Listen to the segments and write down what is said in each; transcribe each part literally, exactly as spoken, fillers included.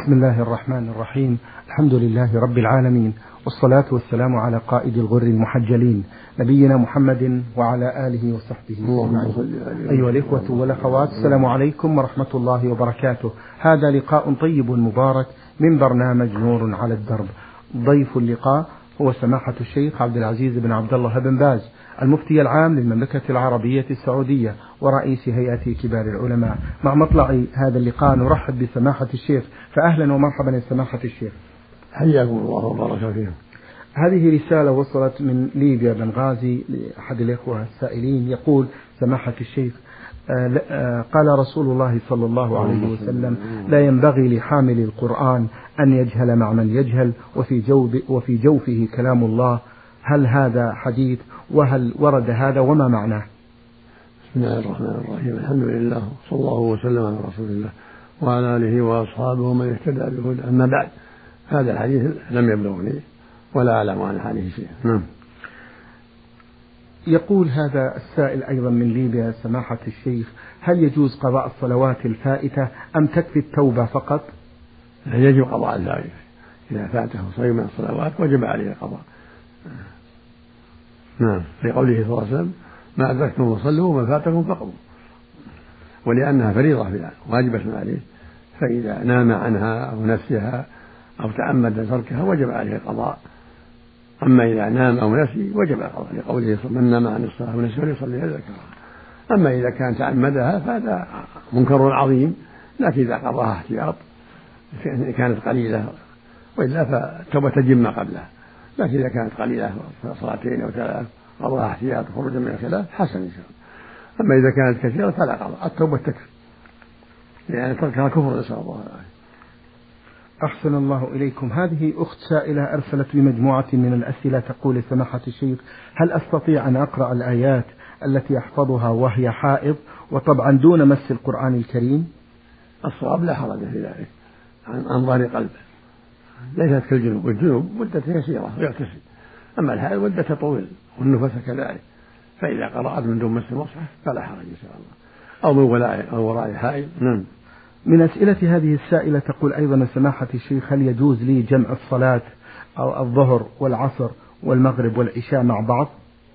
بسم الله الرحمن الرحيم. الحمد لله رب العالمين، والصلاة والسلام على قائد الغر المحجلين نبينا محمد وعلى آله وصحبه أجمعين. أيها الإخوة والأخوات، السلام عليكم ورحمة الله وبركاته. هذا لقاء طيب مبارك من برنامج نور على الدرب. ضيف اللقاء هو سماحة الشيخ عبد العزيز بن عبد الله بن باز، المفتي العام للمملكة العربية السعودية ورئيس هيئة كبار العلماء. مع مطلع هذا اللقاء نرحب بسماحة الشيخ، فأهلا ومرحبا يا سماحة الشيخ. حياكم الله وبارك فيكم. هذه رسالة وصلت من ليبيا بنغازي لأحد الإخوة السائلين، يقول سماحة الشيخ: قال رسول الله صلى الله عليه وسلم: لا ينبغي لحامل القرآن أن يجهل مع من يجهل، وفي, جوب وفي جوفه كلام الله. هل هذا حديث؟ وهل ورد هذا وما معناه؟ بسم الله الرحمن الرحيم. الحمد لله، صلى الله وسلم على رسول الله وعلى آله وأصحابه ومن اهتدى بهداه. أما بعد، هذا الحديث لم يبلغني ولا أعلم عن الحديث شيئا. نعم. يقول هذا السائل أيضا من ليبيا: سماحة الشيخ، هل يجوز قضاء الصلوات الفائتة أم تكفي التوبة فقط؟ يجب قضاء الفائتة. إذا فاته صيام من الصلوات وجب عليه القضاء. نعم، لقوله صلى الله عليه وسلم: ما أدركتم فصلوا وما فاتكم فقضوا. ولأنها فريضة واجبة عليه، فإذا نام عنها أو نسيها أو تعمد تركها وجب عليه القضاء. أما إذا نام أو نسي وجب القضاء، لقوله: من نام عن الصلاة ونسي فليصلي إذا ذكرها. أما إذا كان تعمدها فهذا منكر عظيم، لكن إذا قضاها احتياط كانت قليلة، وإلا فالتوبة تجب ما قبلها. لكن إذا كانت قليلة صلاتين أو ثلاث قضاها احتياط خروجا من الخلاف حسن إن شاء الله. أما إذا كانت كثيرة فلا قضاء، التوبة تكفي، لأن يعني تركها كفر، نسأل الله العافية. أحسن الله إليكم. هذه أخت سائلة أرسلت بمجموعة من الأسئلة، تقول: سماحة الشيخ، هل أستطيع أن أقرأ الآيات التي أحفظها وهي حائض، وطبعا دون مس القرآن الكريم؟ الصواب لا حرج في ذلك، عن ظهر قلبه، ليست كالجنوب، والجنوب مدته يسيرة ويغتسل، أما الحائض مدته طويل والنفس كذلك، فإذا قرأت من دون مس المصحف فلا حرج إن شاء الله، أو من وراء أو وراء حائض. نعم. من أسئلة هذه السائلة تقول أيضا: سماحة الشيخ، هل يجوز لي جمع الصلاة أو الظهر والعصر والمغرب والعشاء مع بعض؟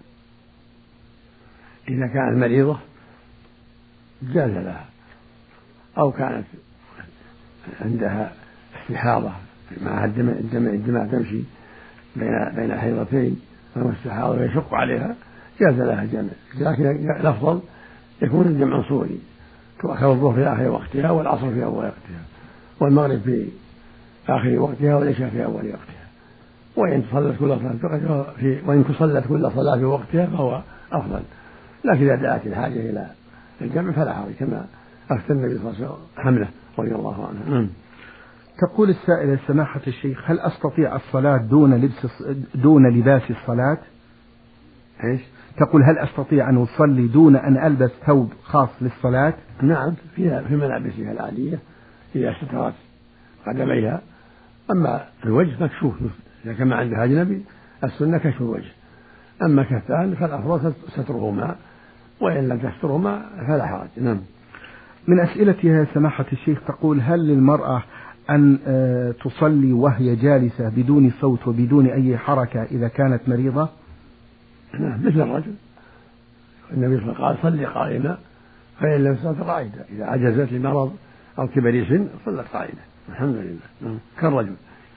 إذا كانت مريضة جاز لها، أو كانت عندها استحاضة مع الدماء تمشي بين بين الحيضتين أو استحاضة ويشق عليها جاز لها الجمع، لكن الأفضل يكون الجمع صوري، تؤخر الظهر في آخر وقتها والعصر في أول وقتها والمغرب في آخر وقتها والعشاء في أول وقتها، وإن صلت كل صلاة في وإن صلت كل صلاة في وقتها فهو أفضل، لكن إذا دعت الحاجة إلى الجمع فلا حرج، كما أفتى النبي صلى الله عليه وسلم حمله رضي الله عنه. تقول السائلة: سماحة الشيخ، هل أستطيع الصلاة دون لبس دون لباس الصلاة؟ إيش؟ تقول: هل أستطيع أن أصلي دون أن ألبس ثوب خاص للصلاة؟ نعم، فيها في ملابسها العادية إذا سترت قدميها، أما الوجه مكشوف، إذا كان عندها أجنبي السنة كشف الوجه، أما كفان فالأفضل سترهما، وإن لم تسترهما فلا حرج. نعم. من أسئلتها سماحة الشيخ تقول: هل للمرأة أن تصلي وهي جالسة بدون صوت وبدون أي حركة إذا كانت مريضة؟ نعم، مثل الرجل، النبي صلى الله عليه وسلم قال: صلي قائمة فإن لم تستطع قاعدة، إذا عجزت لمرض أو كبر سن صلت قائمة، الحمد لله، كالرجل.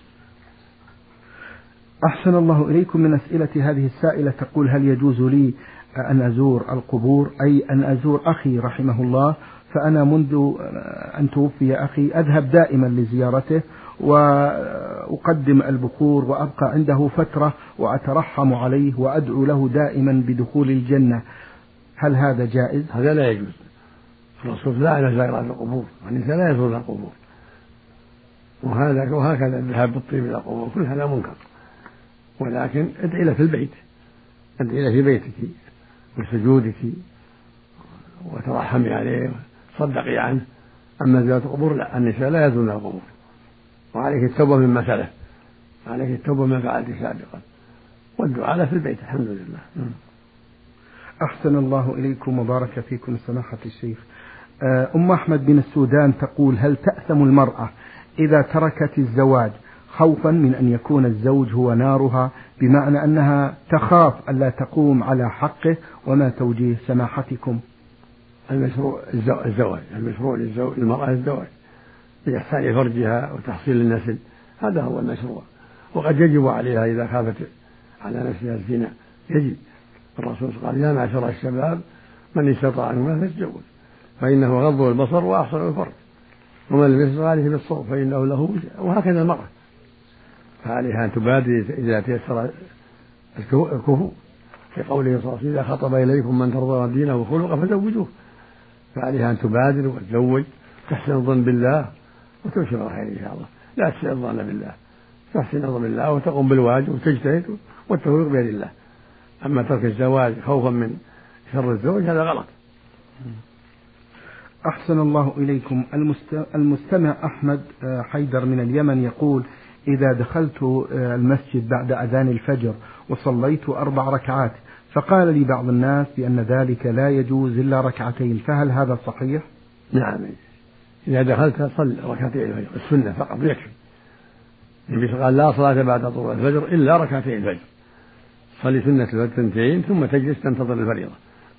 أحسن الله إليكم. من أسئلة هذه السائلة تقول: هل يجوز لي أن أزور القبور، أي أن أزور أخي رحمه الله، فأنا منذ أن توفي أخي أذهب دائما لزيارته وأقدم البخور وأبقى عنده فترة وأترحم عليه وأدعو له دائما بدخول الجنة، هل هذا جائز؟ هذا لا يجوز، الرسول لا على زيارات القبور، والنساء لا يزورن القبور، وهذا وهكذا الذهاب بالطيب إلى القبور، كل هذا منكر، ولكن ادعي له في البيت، ادعي له في بيتك وسجودك وترحمي عليه وصدقي عنه. أما زيارة القبور لا، النساء لا يزورن القبور، وعليك التوبة مما سلف، عليك التوبة مما فعلت سابقا، والدعاء له في البيت. الحمد لله. أحسن الله إليكم وبارك فيكم سماحة الشيخ. أم أحمد من السودان تقول: هل تأثم المرأة إذا تركت الزواج خوفا من أن يكون الزوج هو نارها، بمعنى أنها تخاف ألا تقوم على حقه، وما توجيه سماحتكم؟ المشروع الزواج، المشروع للمرأة الزواج بإحسان فرجها وتحصيل النسل، هذا هو المشروع. وقد يجب عليها إذا خافت على نفسها الزنا، يجب. الرسول قال: يا معشر الشباب من استطاع منكم فليتزوج فإنه غض البصر وأحسن الفرج ومن لم يستطع عليه بالصوم فإنه له وجه. وهكذا المرأة، فعليها أن تبادر إذا تيسر الكفو، في قوله صلى الله عليه وسلم: إذا خطب إليكم من ترضون دينه وخلقه فزوجوه. فعليها أن تبادر وتزوج، تحسن الظن بالله وتبشر الخير إن شاء الله. لا تسيء الظن بالله، تحسن الظن بالله وتقوم بالواجب وتجتهد والتوفيق بيد الله. أما ترك الزواج خوفا من شر الزوج هذا غلط. أحسن الله إليكم. المستمع أحمد حيدر من اليمن يقول: إذا دخلت المسجد بعد أذان الفجر وصليت أربع ركعات، فقال لي بعض الناس بأن ذلك لا يجوز إلا ركعتين، فهل هذا صحيح؟ نعم، إذا دخلت صل ركعتين الفجر السنة فقط يكفي. النبي قال: لا صلاة بعد طلوع الفجر إلا ركعتين الفجر، صلي سنة الفجر اثنتين ثم تجلس تنتظر الفريضة.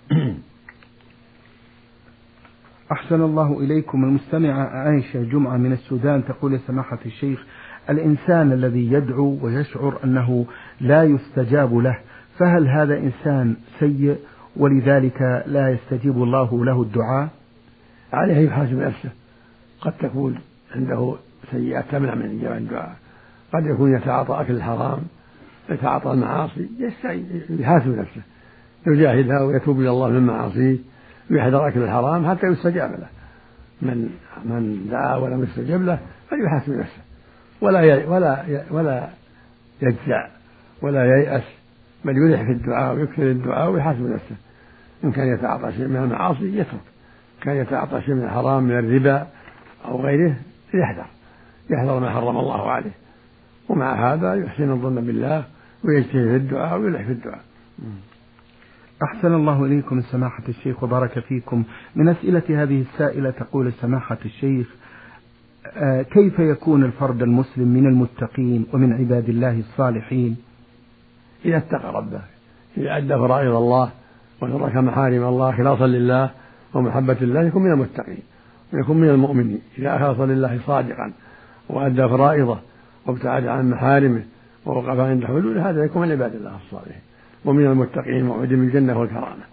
أحسن الله إليكم. المستمعة عائشة جمعة من السودان تقول: سماحة الشيخ، الإنسان الذي يدعو ويشعر أنه لا يستجاب له، فهل هذا إنسان سيء ولذلك لا يستجيب الله له الدعاء؟ عليه يحاسب نفسه، قد تكون عنده سيئات تمنع من إجابة الدعاء، قد يكون يتعاطى أكل الحرام، يتعاطى المعاصي، يحاسب نفسه، يجاهدها ويتوب إلى الله من معاصيه ويحذر أكل الحرام حتى يستجاب له. من من دعا ولم يستجب له فليحاسب نفسه، ولا ي... ولا ي... ولا يجزع ولا ييأس، بل يلح في الدعاء ويكثر الدعاء ويحاسب نفسه. إن كان يتعاطى شيء من المعاصي يترك، كان يتعاطى شيء من الحرام من الربا أو غيره يحذر يحذر ما حرم الله عليه، ومع هذا يحسن الظن بالله ويجتهد في الدعاء ويلح في الدعاء. أحسن الله إليكم سماحة الشيخ وبارك فيكم. من أسئلة هذه السائلة تقول: سماحة الشيخ، آه كيف يكون الفرد المسلم من المتقين ومن عباد الله الصالحين؟ إذا اتقى ربه، إذا أدى فرائض الله وترك محارم الله خلاصا لله ومحبة الله يكون من المتقين ويكون من المؤمنين. إذا أخلص لله صادقا وأدى فرائضه وابتعد عن محارمه ووقف عند حدوده، هذا يكون من عباد الله الصالحين ومن المتقين موعودين بالجنة والكرامة.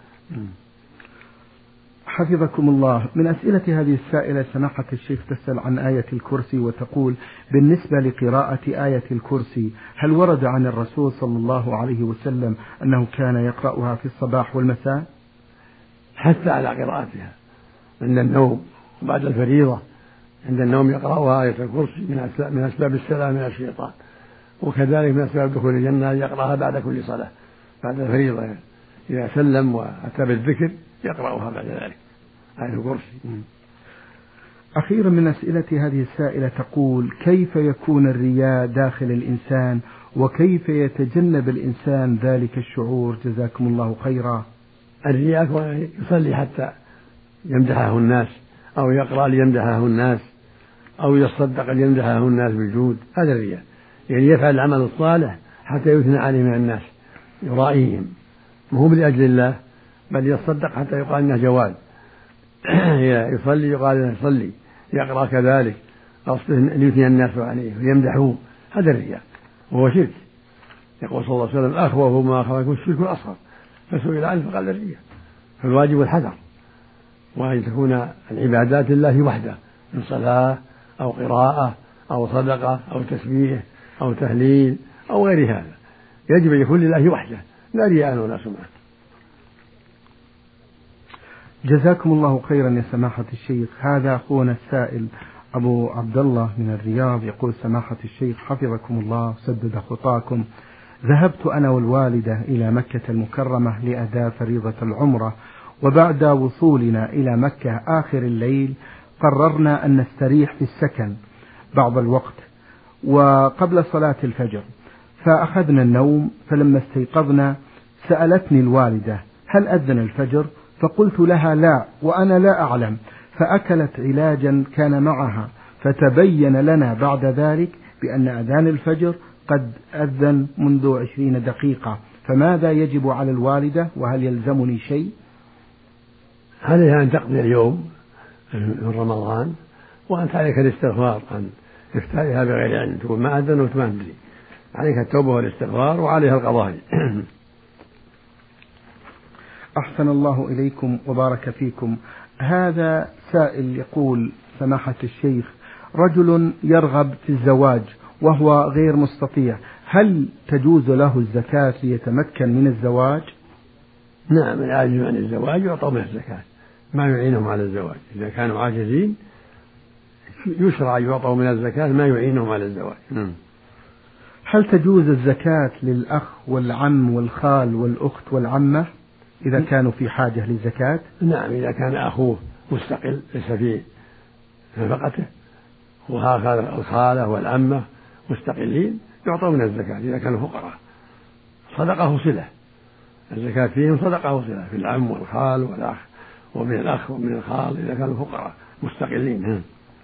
حفظكم الله. من أسئلة هذه السائلة سماحة الشيخ تسأل عن آية الكرسي وتقول: بالنسبة لقراءة آية الكرسي هل ورد عن الرسول صلى الله عليه وسلم أنه كان يقرأها في الصباح والمساء؟ حتى على قراءتها عند النوم وبعد الفريضة، عند النوم يقرأها آية الكرسي من أسباب السلام من الشيطان، وكذلك من أسباب دخول الجنة يقرأها بعد كل صلاة بعد الفريضة، إذا سلم وأتى بالذكر يقرأها بعد ذلك آية الكرسي. أخيرا من أسئلة هذه السائلة تقول: كيف يكون الرياء داخل الإنسان وكيف يتجنب الإنسان ذلك الشعور؟ جزاكم الله خيرا. الرياء يصلي حتى يمدحه الناس، أو يقرأ ليمدحه الناس، أو يصدق ليمدحه الناس بالجود، هذا الرياء. يعني يفعل العمل الصالح حتى يثنى عليه من الناس يرائيهم، مو لأجل الله، بل يصدق حتى يقال إنه جواد. يصلي يقال إنه يصلي، يقرأ كذلك قصده ليثني الناس عليه ويمدحوه، هذا الرياء وهو شرك. يقول صلى الله عليه وسلم: أخوف ما أخاف الشرك الأصغر، فسئل عنه فقال الرياء. فالواجب الحذر، وأن تكون العبادات لله وحده من صلاة أو قراءة أو صدقة أو تسبيح أو تهليل أو غير هذا، يجب أن يكون لله وحده لا رياء ولا سمعة. جزاكم الله خيرا يا سماحة الشيخ. هذا أخونا السائل أبو عبد الله من الرياض يقول: سماحة الشيخ حفظكم الله سدد خطاكم، ذهبت أنا والوالدة إلى مكة المكرمة لأداء فريضة العمرة، وبعد وصولنا إلى مكة آخر الليل قررنا أن نستريح في السكن بعض الوقت وقبل صلاة الفجر، فأخذنا النوم. فلما استيقظنا سألتني الوالدة: هل أذن الفجر؟ فقلت لها: لا وأنا لا أعلم. فأكلت علاجا كان معها فتبين لنا بعد ذلك بأن أذان الفجر قد أذن منذ عشرين دقيقة، فماذا يجب على الوالدة وهل يلزمني شيء؟ عليها أن تقضي اليوم من رمضان، وأنت عليك الاستغفار عن إفتائها بغير علم، تقول ما أذن وما أدري، عليك التوبة والاستغفار وعليها القضاء. أحسن الله إليكم وبارك فيكم. هذا سائل يقول: سماحة الشيخ، رجل يرغب في الزواج وهو غير مستطيع، هل تجوز له الزكاة ليتمكن من الزواج؟ نعم، العاجز عن الزواج يعطى من الزكاة ما يعينهم على الزواج. إذا كانوا عاجزين يشرع يعطوا من الزكاة ما يعينهم على الزواج. نعم. هل تجوز الزكاة للأخ والعم والخال والأخت والعمة إذا كانوا في حاجة للزكاة؟ نعم، إذا كان أخوه مستقل ليس في نفقته، وهكذا الخالة والعمة مستقلين يعطوا من الزكاة إذا كانوا فقراء. صدقة صلة، الزكاة فيهم صدقة صلة، في العم والخال والأخ ومن الأخ ومن الخال إذا كانوا فقراء مستقلين.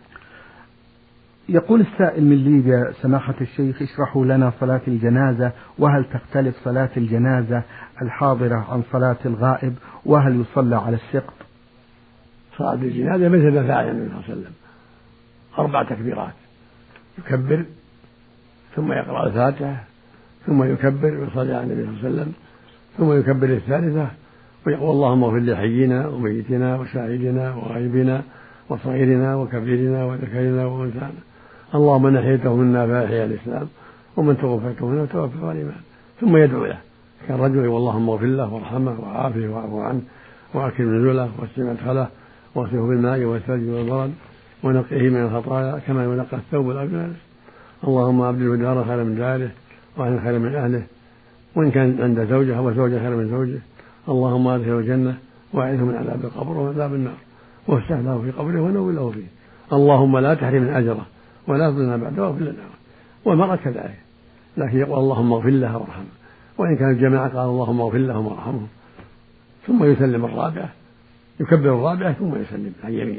يقول السائل من ليبيا: سماحة الشيخ، اشرحوا لنا صلاة الجنازة، وهل تختلف صلاة الجنازة الحاضرة عن صلاة الغائب، وهل يصلى على السقط؟ صلاة الجنازة مثل ما فعل النبي صلى الله عليه وسلم، أربع تكبيرات، يكبر ثم يقرأ الفاتحة ثم يكبر ويصلي على النبي صلى الله عليه وسلم ثم يكبر الثالثة ويقول اللهم اغفر لحينا وميتنا وشاهدنا وغائبنا وصغيرنا وكبيرنا وذكرنا وأنثانا، اللهم من أحييته منا فأحيا الإسلام ومن توفيته منا توفى الإيمان، ثم يدعو له كالرجل اللهم اغفر له وارحمه وعافه واعف عنه وأكرم نزله واسع مدخله واغسله بالماء والثلج والبرد ونقه من الخطايا كما ينقى الثوب الأبيض، اللهم أبدله دارا خيرا من داره وأهلا خيرا من أهله، وإن كان عند زوجه وزوجة خيرا من زوجه، اللهم أدخله الجنة وأعذه من عذاب القبر ومن عذاب النار وافتح له في قبره ونور له فيه، اللهم لا تحرمنا أجره ولا تضلنا بعده واغفر لنا. والمرأة كذلك، لكن يقول اللهم اغفر لها وارحمها، وإن كان الجماعة قال اللهم اغفر لهم وارحمهم، ثم يسلم الرابعة، يكبر الرابعة ثم يسلم عن يمينه.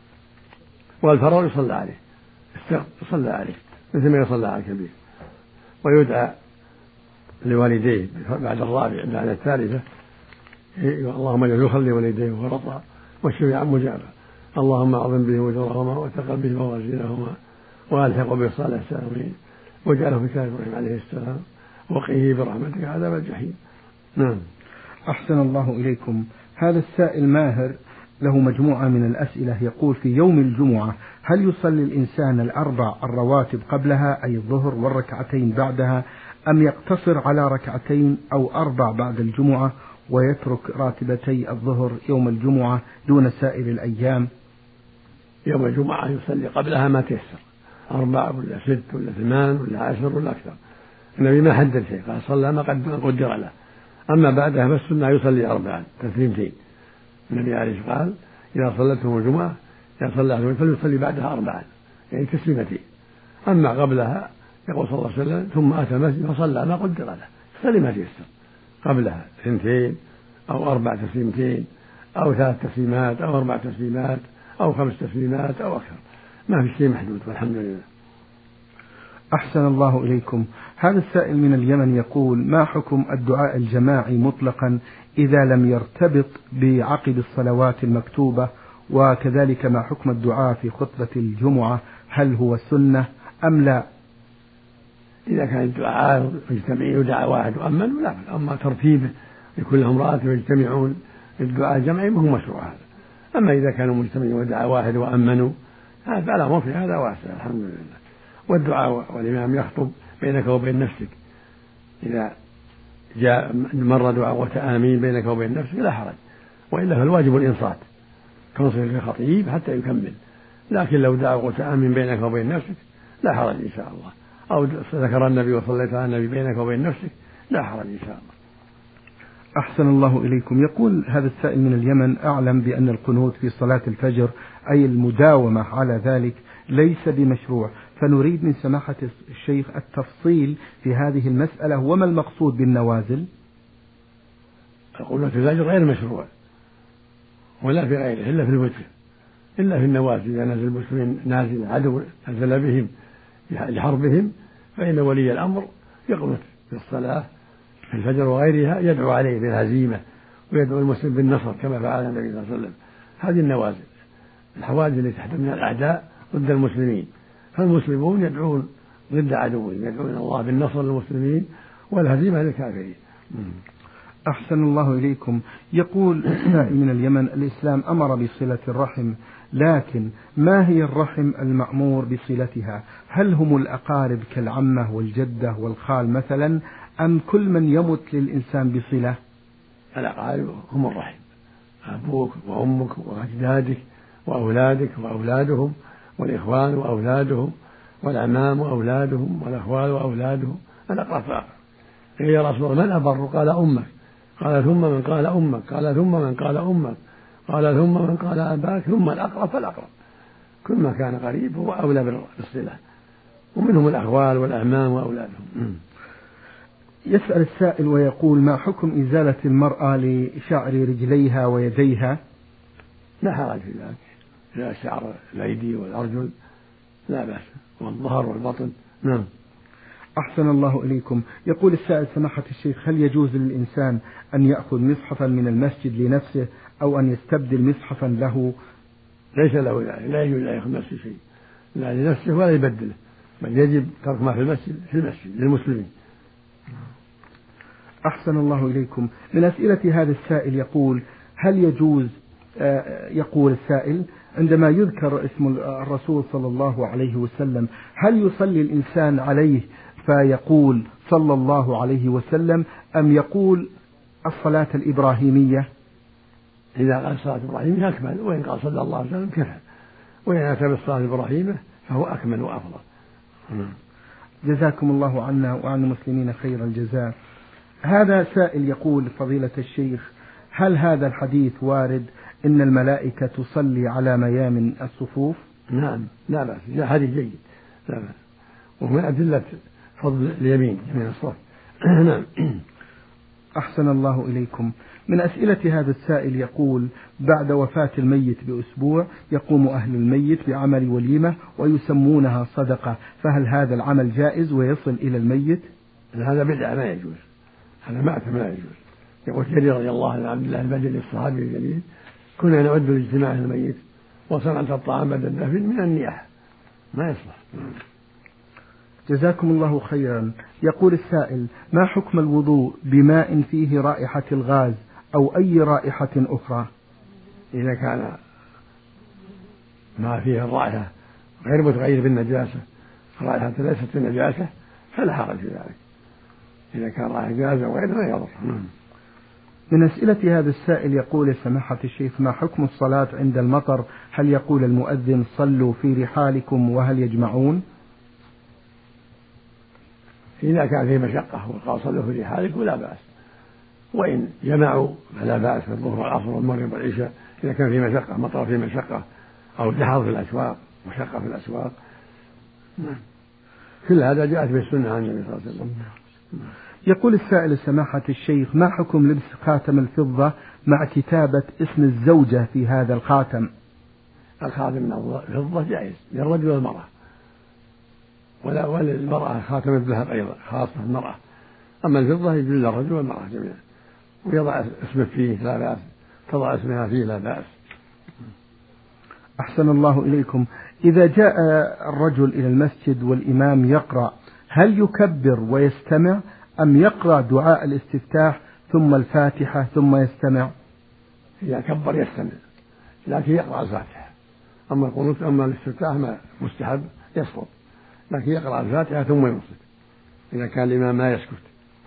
والفرار يصلى عليه، السقط يصلى عليه مثل ما يصلى على الكبير، ويدعى لوالديه بعد الرابع بعد الثالثة اللهم اجعل يخلي والديه فرطا والشفيع مجابا، اللهم اعظم به وجرهما وتقل به موازينهما والحق بالصالح السالمين واجعله في كتاب ابراهيم عليه السلام وقيه برحمتك عذاب الجحيم. نعم. أحسن الله إليكم. هذا السائل ماهر له مجموعة من الأسئلة، يقول: في يوم الجمعة هل يصلي الإنسان الأربع الرواتب قبلها أي الظهر والركعتين بعدها، أم يقتصر على ركعتين أو أربع بعد الجمعة ويترك راتبتي الظهر يوم الجمعة دون سائر الأيام؟ يوم الجمعة يصلي قبلها ما تيسر، أربع ولا ست ولا ثمان ولا عشر ولا أكثر، النبي ما حدد شيء، قال صلى ما قدر له. أما بعدها فالسنة يصلي أربعا تسليمتين، النبي عليه الصلاة والسلام قال إذا صلتهم الجمعة إذا صلى فليصلي بعدها أربعا يعني تسليمتين. أما قبلها يقول صلى الله عليه وسلم ثم أتى المسجد فصلى ما قدر له، صلي ما تيسر، قبلها اثنتين أو أربع تسليمتين أو ثلاث تسليمات أو أربع تسليمات أو خمس تسليمات أو أكثر، ما في شيء محدود والحمد لله. أحسن الله إليكم. هذا السائل من اليمن يقول: ما حكم الدعاء الجماعي مطلقا إذا لم يرتبط بعقب الصلوات المكتوبة، وكذلك ما حكم الدعاء في خطبة الجمعة، هل هو سنة أم لا؟ إذا كان الدعاء يجتمعون يدعى واحد وأمن لا، أما ترتيبه لكلهم راتب يجتمعون الدعاء الجمعي ما هو مشروع هذا. أما إذا كانوا مجتمعين ودعا واحد وأمنوا هذا الأمر في هذا واسع الحمد لله. والدعاء والإمام يخطب بينك وبين نفسك، إذا جاء مر دعاء وتآمين بينك وبين نفسك لا حرج، وإلا فالواجب الإنصات تنصت الخطيب حتى يكمل، لكن لو دعا وتآمين بينك وبين نفسك لا حرج إن شاء الله، أو ذكر النبي وصليت على النبي بينك وبين نفسك لا حرج إن شاء الله. أحسن الله إليكم. يقول هذا السائل من اليمن: أعلم بأن القنوت في صلاة الفجر أي المداومة على ذلك ليس بمشروع، فنريد من سماحة الشيخ التفصيل في هذه المسألة، وما المقصود بالنوازل؟ القنوت في الفجر غير مشروع ولا في غيره إلا في الوتر، إلا في النوازل، إذا نزل المسلمين نازل عدو نزل بهم لحربهم فإن ولي الأمر يقنت في الصلاة في الفجر وغيرها يدعو عليه بالهزيمة ويدعو المسلم بالنصر كما فعل النبي صلى الله عليه وسلم. هذه النوازل الحوادث التي تحدث من الأعداء ضد المسلمين، فالمسلمون يدعون ضد عدوهم، يدعون الله بالنصر للمسلمين والهزيمة للكافرين. أحسن الله إليكم. يقول السائل من اليمن: الإسلام أمر بصلة الرحم، لكن ما هي الرحم المأمور بصلتها؟ هل هم الأقارب كالعمة والجدة والخال مثلا، أم كل من يمت للإنسان بصلة؟ الأقارب هم الرحم، أبوك وأمك وأجدادك وأولادك وأولادهم والإخوان وأولادهم والأعمام وأولادهم والأخوال وأولادهم، الأقرب فأقرب. يا رسول الله من أبر؟ قال أمك، قال ثم من قال أمك، قال ثم من قال أمك، قال ثم من قال أباك، ثم الأقرب فالأقرب. كل ما كان قريب هو أولى بالصلة، ومنهم الأخوال والأعمام وأولادهم. يسأل السائل ويقول: ما حكم إزالة المرأة لشعر رجليها ويديها؟ لا حرج في ذلك، إذا شعر الأيدي والأرجل لا بأس، والظهر والبطن. نعم. أحسن الله إليكم. يقول السائل: سماحة الشيخ، هل يجوز للإنسان أن يأخذ مصحفا من المسجد لنفسه أو أن يستبدل مصحفا له؟ ليس له ذلك، لا يجوز أن يأخذ نفسه شيء، لا لنفسه ولا يبدله، بل يجب ترك ما في المسجد في المسجد للمسلمين. أحسن الله إليكم. من أسئلة هذا السائل يقول: هل يجوز يقول السائل عندما يذكر اسم الرسول صلى الله عليه وسلم هل يصلي الإنسان عليه فيقول صلى الله عليه وسلم، أم يقول الصلاة الإبراهيمية؟ إذا قال الصلاة الإبراهيمية أكمل، وإن قال صلى الله عليه وسلم كفى، وإن أتى بالصلاة الإبراهيمية فهو أكمل وأفضل. جزاكم الله عنا وعن المسلمين خير الجزاء. هذا سائل يقول: فضيلة الشيخ، هل هذا الحديث وارد إن الملائكة تصلي على ميامن الصفوف؟ نعم لا بأس، جاء حديث جيد لا بأس، ومن أدلة فضل اليمين يمين الصف. نعم. أحسن الله إليكم. من أسئلة هذا السائل يقول: بعد وفاة الميت بأسبوع يقوم أهل الميت بعمل وليمة ويسمونها صدقة، فهل هذا العمل جائز ويصل إلى الميت؟ هذا بدعة ما يجوز، هذا مأثم لا يجوز. يقول جرير رضي الله عنه عبد الله البجلي الصحابي الجليل: كنا نعد لاجتماع الميت وصنعة الطعام بعد الدفن من النياحة، ما يصلح. جزاكم الله خيرا. يقول السائل: ما حكم الوضوء بماء فيه رائحة الغاز أو أي رائحة أخرى؟ إذا كان ما فيه الرائحة غير متغير بالنجاسة، رائحة ليست بالنجاسة فلا حرج في ذلك، إذا كان رائحة غاز أو غيره لا يضر. من أسئلة هذا السائل يقول: سماحة الشيخ، ما حكم الصلاة عند المطر؟ هل يقول المؤذن صلوا في رحالكم وهل يجمعون؟ إذا كان فيه مشقة وقال صلوا في رحالكم لا بأس، وإن جمعوا فلا بأس في الظهر والعصر والمغرب والعشاء، إذا كان فيه مشقة، مطر فيه مشقة أو دحر في الأسواق، مشقة في الأسواق. كل هذا جاءت به السنة عن النبي صلى الله عليه وسلم. يقول السائل: سماحة الشيخ، ما حكم لبس خاتم الفضة مع كتابة اسم الزوجة في هذا الخاتم؟ الخاتم من الفضة جائز للرجل والمرأة، ولا وللمرأة خاتم الذهب أيضا خاصة المرأة، أما الفضة يجوز للرجل والمرأة جميعا، ويضع اسمه فيه لا بأس، تضع اسمها فيه لا بأس. أحسن الله إليكم. إذا جاء الرجل إلى المسجد والإمام يقرأ، هل يكبر ويستمع أم يقرأ دعاء الاستفتاح ثم الفاتحة ثم يستمع؟ إذا كبر يستمع، لكن يقرأ الفاتحة. أما القنوت أما الاستفتاح ما مستحب يسقط، لكن يقرأ الفاتحة ثم ينصت إذا كان الإمام ما يسكت.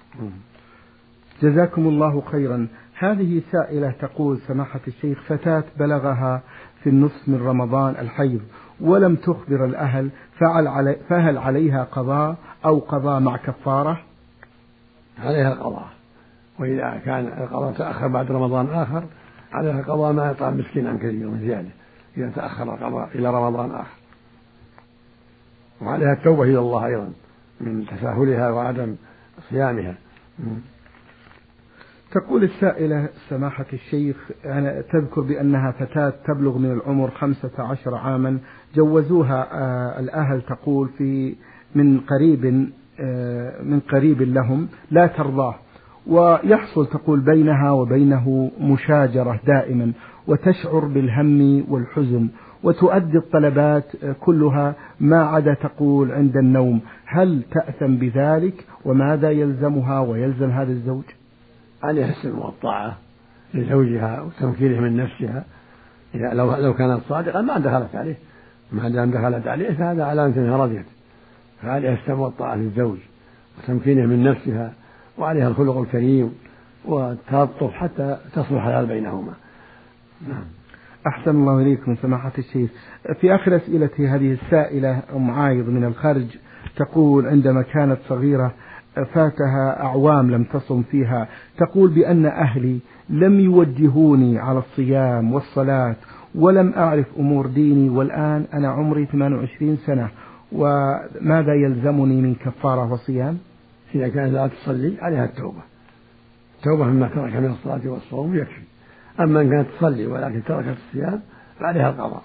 جزاكم الله خيرا. هذه سائلة تقول: سماحة الشيخ، فتاة بلغها في النصف من رمضان الحيض ولم تخبر الأهل، فهل عليها قضاء أو قضاء مع كفارة؟ عليها القضاء، وإذا كان القضاء تأخر بعد رمضان آخر عليها القضاء ما يطعم مسكين عن كثير من زيادة إذا تأخر القضاء إلى رمضان آخر، وعليها التوبة إلى الله أيضا من تساهلها وعدم صيامها. تقول السائلة سماحة الشيخ، أنا تذكر بأنها فتاة تبلغ من العمر خمسة عشر عاما، جوزوها الأهل تقول في من قريب من قريب لهم لا ترضاه، ويحصل تقول بينها وبينه مشاجرة دائما، وتشعر بالهم والحزن، وتؤدي الطلبات كلها ما عدا تقول عند النوم. هل تأثم بذلك؟ وماذا يلزمها ويلزم هذا الزوج؟ عليها السمع والطاعة لزوجها وتمكينه من نفسها. إذا لو لو كانت صادقة ما دخلت عليه، ما دام دخلت عليه فهذا علامة أنها رضيت، فعليها السمع والطاعة للزوج وتمكينه من نفسها، وعليها الخلق الكريم والتلطف حتى تصلح الحياة بينهما. نعم. أحسن الله إليكم سماحة الشيخ. في آخر أسئلتي هذه السائلة أم عايض من الخرج تقول عندما كانت صغيرة فاتها أعوام لم تصم فيها، تقول بأن أهلي لم يوجهوني على الصيام والصلاة ولم أعرف أمور ديني، والآن أنا عمري ثمان وعشرين سنة، وماذا يلزمني من كفارة وصيام؟ إذا كانت لا تصلي عليها التوبة، التوبة مما ترك من الصلاة والصوم يكفي. أما إن كانت تصلي ولكن تركت الصيام فعليها القضاء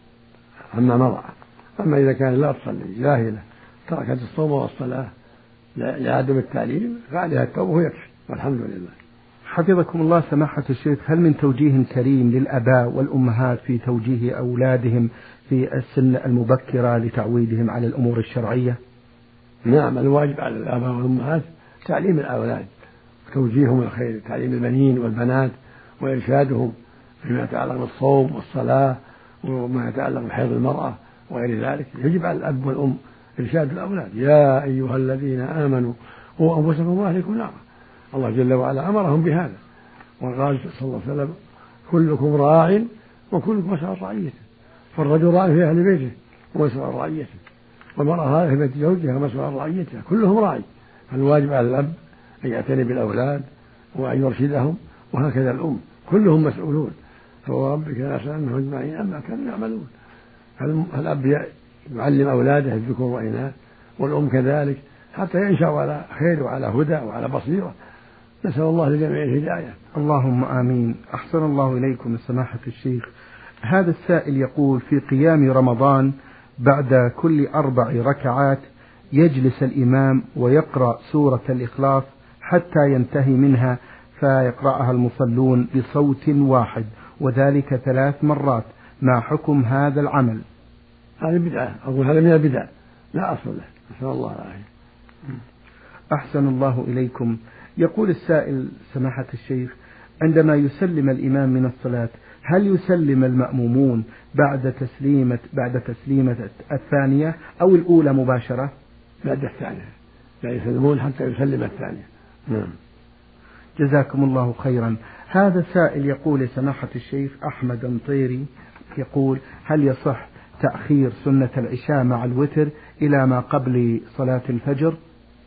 أما مضى. أما إذا كانت لا تصلي جاهلة تركت الصوم والصلاة لعدم التعليم فعليها التوبة ويكفي، والحمد لله. حفظكم الله سماحة الشيخ، هل من توجيه كريم للآباء والأمهات في توجيه أولادهم في السن المبكرة لتعويدهم على الأمور الشرعية؟ نعم، الواجب على الآباء والأمهات تعليم الأولاد وتوجيههم الخير، تعليم البنين والبنات وإرشادهم فيما يتعلق بالصوم والصلاة وما يتعلق بحيض المرأة وغير ذلك. يجب على الأب والأم إرشاد الأولاد. يا أيها الذين آمنوا قوا أنفسكم وأهليكم نارا. الله جل وعلا أمرهم بهذا، وقال صلى الله عليه وسلم كلكم راع وكلكم مسؤول عن رعيته. فالرجل راع في أهل بيته ومسؤول عن رعيته، والمرأة في بيت زوجها مسؤول عن رعيتها، كلهم راعي. فالواجب على الأب أن يعتني بالأولاد وأن يرشدهم، وهكذا الأم كلهم مسؤولون. فوربك لنسألنهم أجمعين عما كانوا يعملون. فالأب يعلم أولاده الذكور والإناث، والأم كذلك، حتى ينشأوا على خير وعلى هدى وعلى بصيرة. نسأل الله لجميع الهداية. اللهم آمين. أحسن الله إليكم سماحة الشيخ. هذا السائل يقول في قيام رمضان بعد كل أربع ركعات يجلس الإمام ويقرأ سورة الإخلاص حتى ينتهي منها، فيقرأها المصلون بصوت واحد، وذلك ثلاث مرات. ما حكم هذا العمل؟ هذه بدعة، أقول هذا من البدع لا أصل له. نسأل الله العافية. أحسن الله إليكم. يقول السائل سماحة الشيخ عندما يسلم الإمام من الصلاة هل يسلم المأمومون بعد تسليمة بعد تسليمة الثانية أو الأولى مباشرة؟ بعد الثانية، لا يسلمون حتى يسلم الثانية. نعم. جزاكم الله خيرا. هذا سائل يقول سماحة الشيخ أحمد مطيري يقول هل يصح تأخير سنة العشاء مع الوتر إلى ما قبل صلاة الفجر؟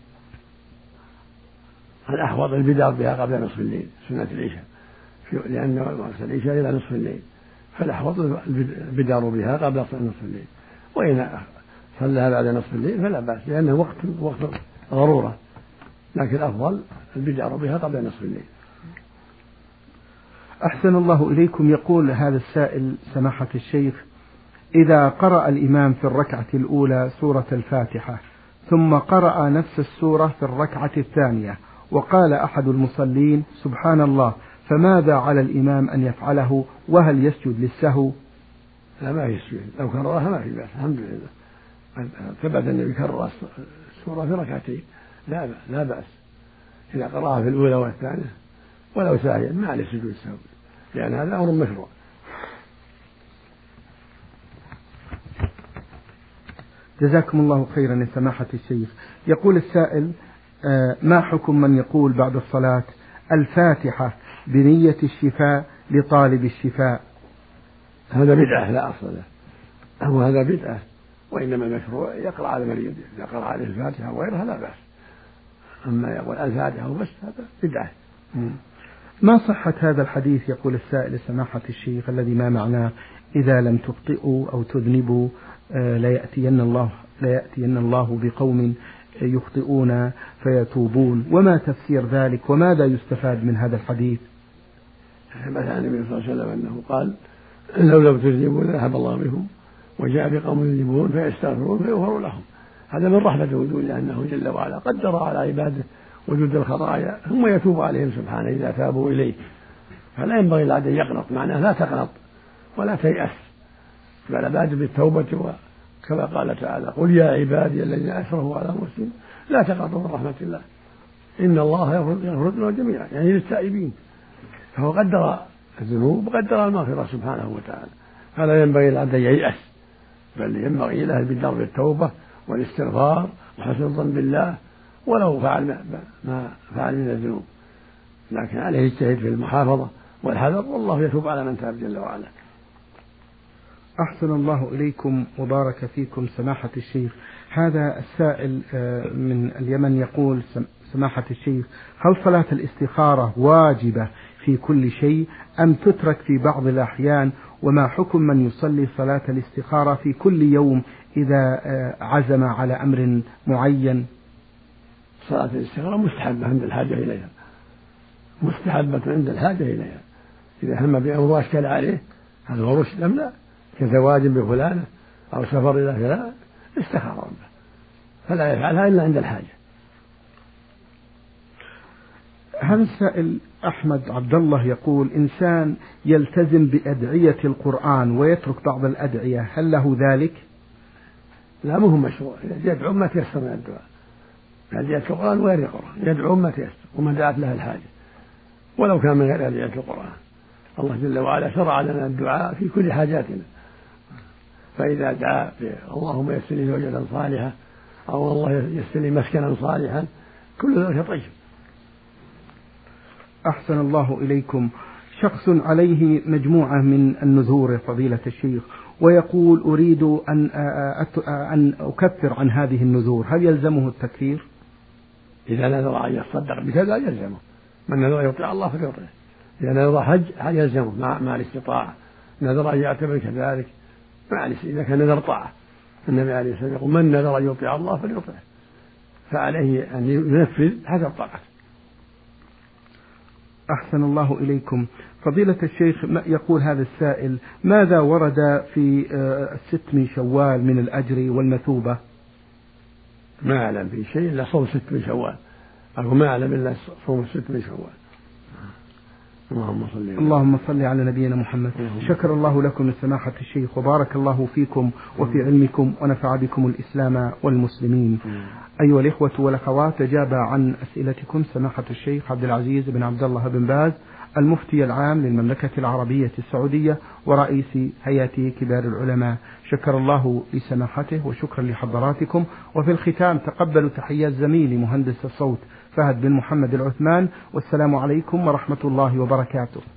الأحوط البدار بها قبل نصف الليل سنة العشاء، لأن وقت العشاء إلى نصف الليل، فالأحوط البدار بها قبل نصف الليل. وإن صلىها بعد نصف الليل فلا بأس، لأنه وقت وقت ضرورة، لكن الأفضل البدار بها قبل نصف الليل. أحسن الله إليكم. يقول هذا السائل سماحة الشيخ إذا قرأ الإمام في الركعة الأولى سورة الفاتحة ثم قرأ نفس السورة في الركعة الثانية وقال أحد المصلين سبحان الله، فماذا على الإمام أن يفعله؟ وهل يسجد للسهو؟ لا، ما يسجد، لو كررها ما في بأس، الحمد لله. ثبت أن يكرر السورة في ركعتين لا لا بأس إذا قرأها في الأولى والثانية ولو ساهيا ما عليه سجود السهو، لأن هذا أمر مشروع. جزاكم الله خيرا يا سماحة الشيخ. يقول السائل ما حكم من يقول بعد الصلاة الفاتحة بنية الشفاء لطالب الشفاء؟ هذا بدعة لا أصل له، وهذا بدعة، وإنما المشروع يقرأ على المريض، إذا قرأ عليه الفاتحة وغيرها لا بأس. أما يقول الفاتحة وبس هذا بدعة. ما صحة هذا الحديث يقول السائل سماحة الشيخ الذي ما معناه إذا لم تخطئوا أو تذنبوا لا يأتين الله لا يأتين الله بقوم يخطئون فيتوبون، وما تفسير ذلك وماذا يستفاد من هذا الحديث؟ ثبت عن النبي صلى الله عليه وسلم أنه قال لو لم تذنبوا لذهب الله بهم وجاء بقوم يذنبون فيستغفرون فيغفر لهم. هذا من رحمة وجوده أنه جل وعلا قدر على عباده وجود الخطايا ثم يتوب عليهم سبحانه إذا تابوا إليه. فلا ينبغي العبد أن يقنط، معناه لا تقنط ولا تيأس، بل بادر بالتوبة، وكما قال تعالى قل يا عبادي الذين أسرفوا على أنفسهم لا تقنطوا من رحمة الله إن الله يغفر الذنوب جميعا، يعني للتائبين. فهو قدر الذنوب وقدر المغفرة سبحانه وتعالى، فلا ينبغي العبد أن ييأس، بل ينبغي له بالدار بالتوبة والاستغفار وحسن الظن بالله ولو فعل ما فعل من الذنوب، لكن عليه يجتهد في المحافظة والحذر، والله يتوب على من تاب جل وعلا. أحسن الله إليكم وبارك فيكم سماحة الشيخ. هذا السائل من اليمن يقول سماحة الشيخ هل صلاة الاستخارة واجبة في كل شيء أم تترك في بعض الأحيان، وما حكم من يصلي صلاة الاستخارة في كل يوم إذا عزم على أمر معين؟ صلاة الاستخارة مستحبة عند الحاجة إليها، مستحبة عند الحاجة إليها. إذا هم بأمر واشكل عليه هل هو رشد أم لا، كزواج بفلانة أو سفر إلى فلان، استخار ربه، فلا يفعلها إلا عند الحاجة. هذا السائل أحمد عبد الله يقول إنسان يلتزم بأدعية القرآن ويترك بعض الأدعية، هل له ذلك؟ لا، مهم مشروع، يدعو ما تيسر من الدعاء، أدعية القرآن وغير القرآن يدعو ما تيسر وما دعت له الحاجة، ولو كان من غير أدعية القرآن. الله جل وعلا شرع لنا الدعاء في كل حاجاتنا، فإذا دعا اللهم يسر لي زوجة صالحة أو الله يسر لي مسكنا صالحا كل ذلك طيب. أحسن الله إليكم. شخص عليه مجموعة من النذور فضيلة الشيخ ويقول أريد أن أن أكفر عن هذه النذور، هل يلزمه التكفير؟ إذا نذر أن يتصدق بكذا يلزمه، من نذر يطيع الله فليطيعه. إذا نذر حج يلزمه مع مع الاستطاعة، نذر أن يعتبر كذلك معلش. إذا كان نذر طاعة النبي عليه الصلاة والسلام يقول من نذر أن يطيع الله فليطيعه، فعليه أن ينفذ حسب طاعته. أحسن الله إليكم. فضيلة الشيخ يقول هذا السائل ماذا ورد في الست من شوال من الأجر والمثوبة؟ ما أعلم في شيء إلا صوم ست من شوال، أو ما أعلم إلا صوم ست من شوال. اللهم صل اللهم صل على نبينا محمد. شكر الله لكم من سماحة الشيخ وبارك الله فيكم وفي علمكم ونفع بكم الإسلام والمسلمين. أيها الإخوة والأخوات، أجاب عن أسئلتكم سماحة الشيخ عبد العزيز بن عبد الله بن باز المفتي العام للمملكة العربية السعودية ورئيس هيئة كبار العلماء. شكر الله لسماحته وشكرا لحضراتكم. وفي الختام تقبلوا تحيات زميلي مهندس الصوت فهد بن محمد العثمان، والسلام عليكم ورحمة الله وبركاته.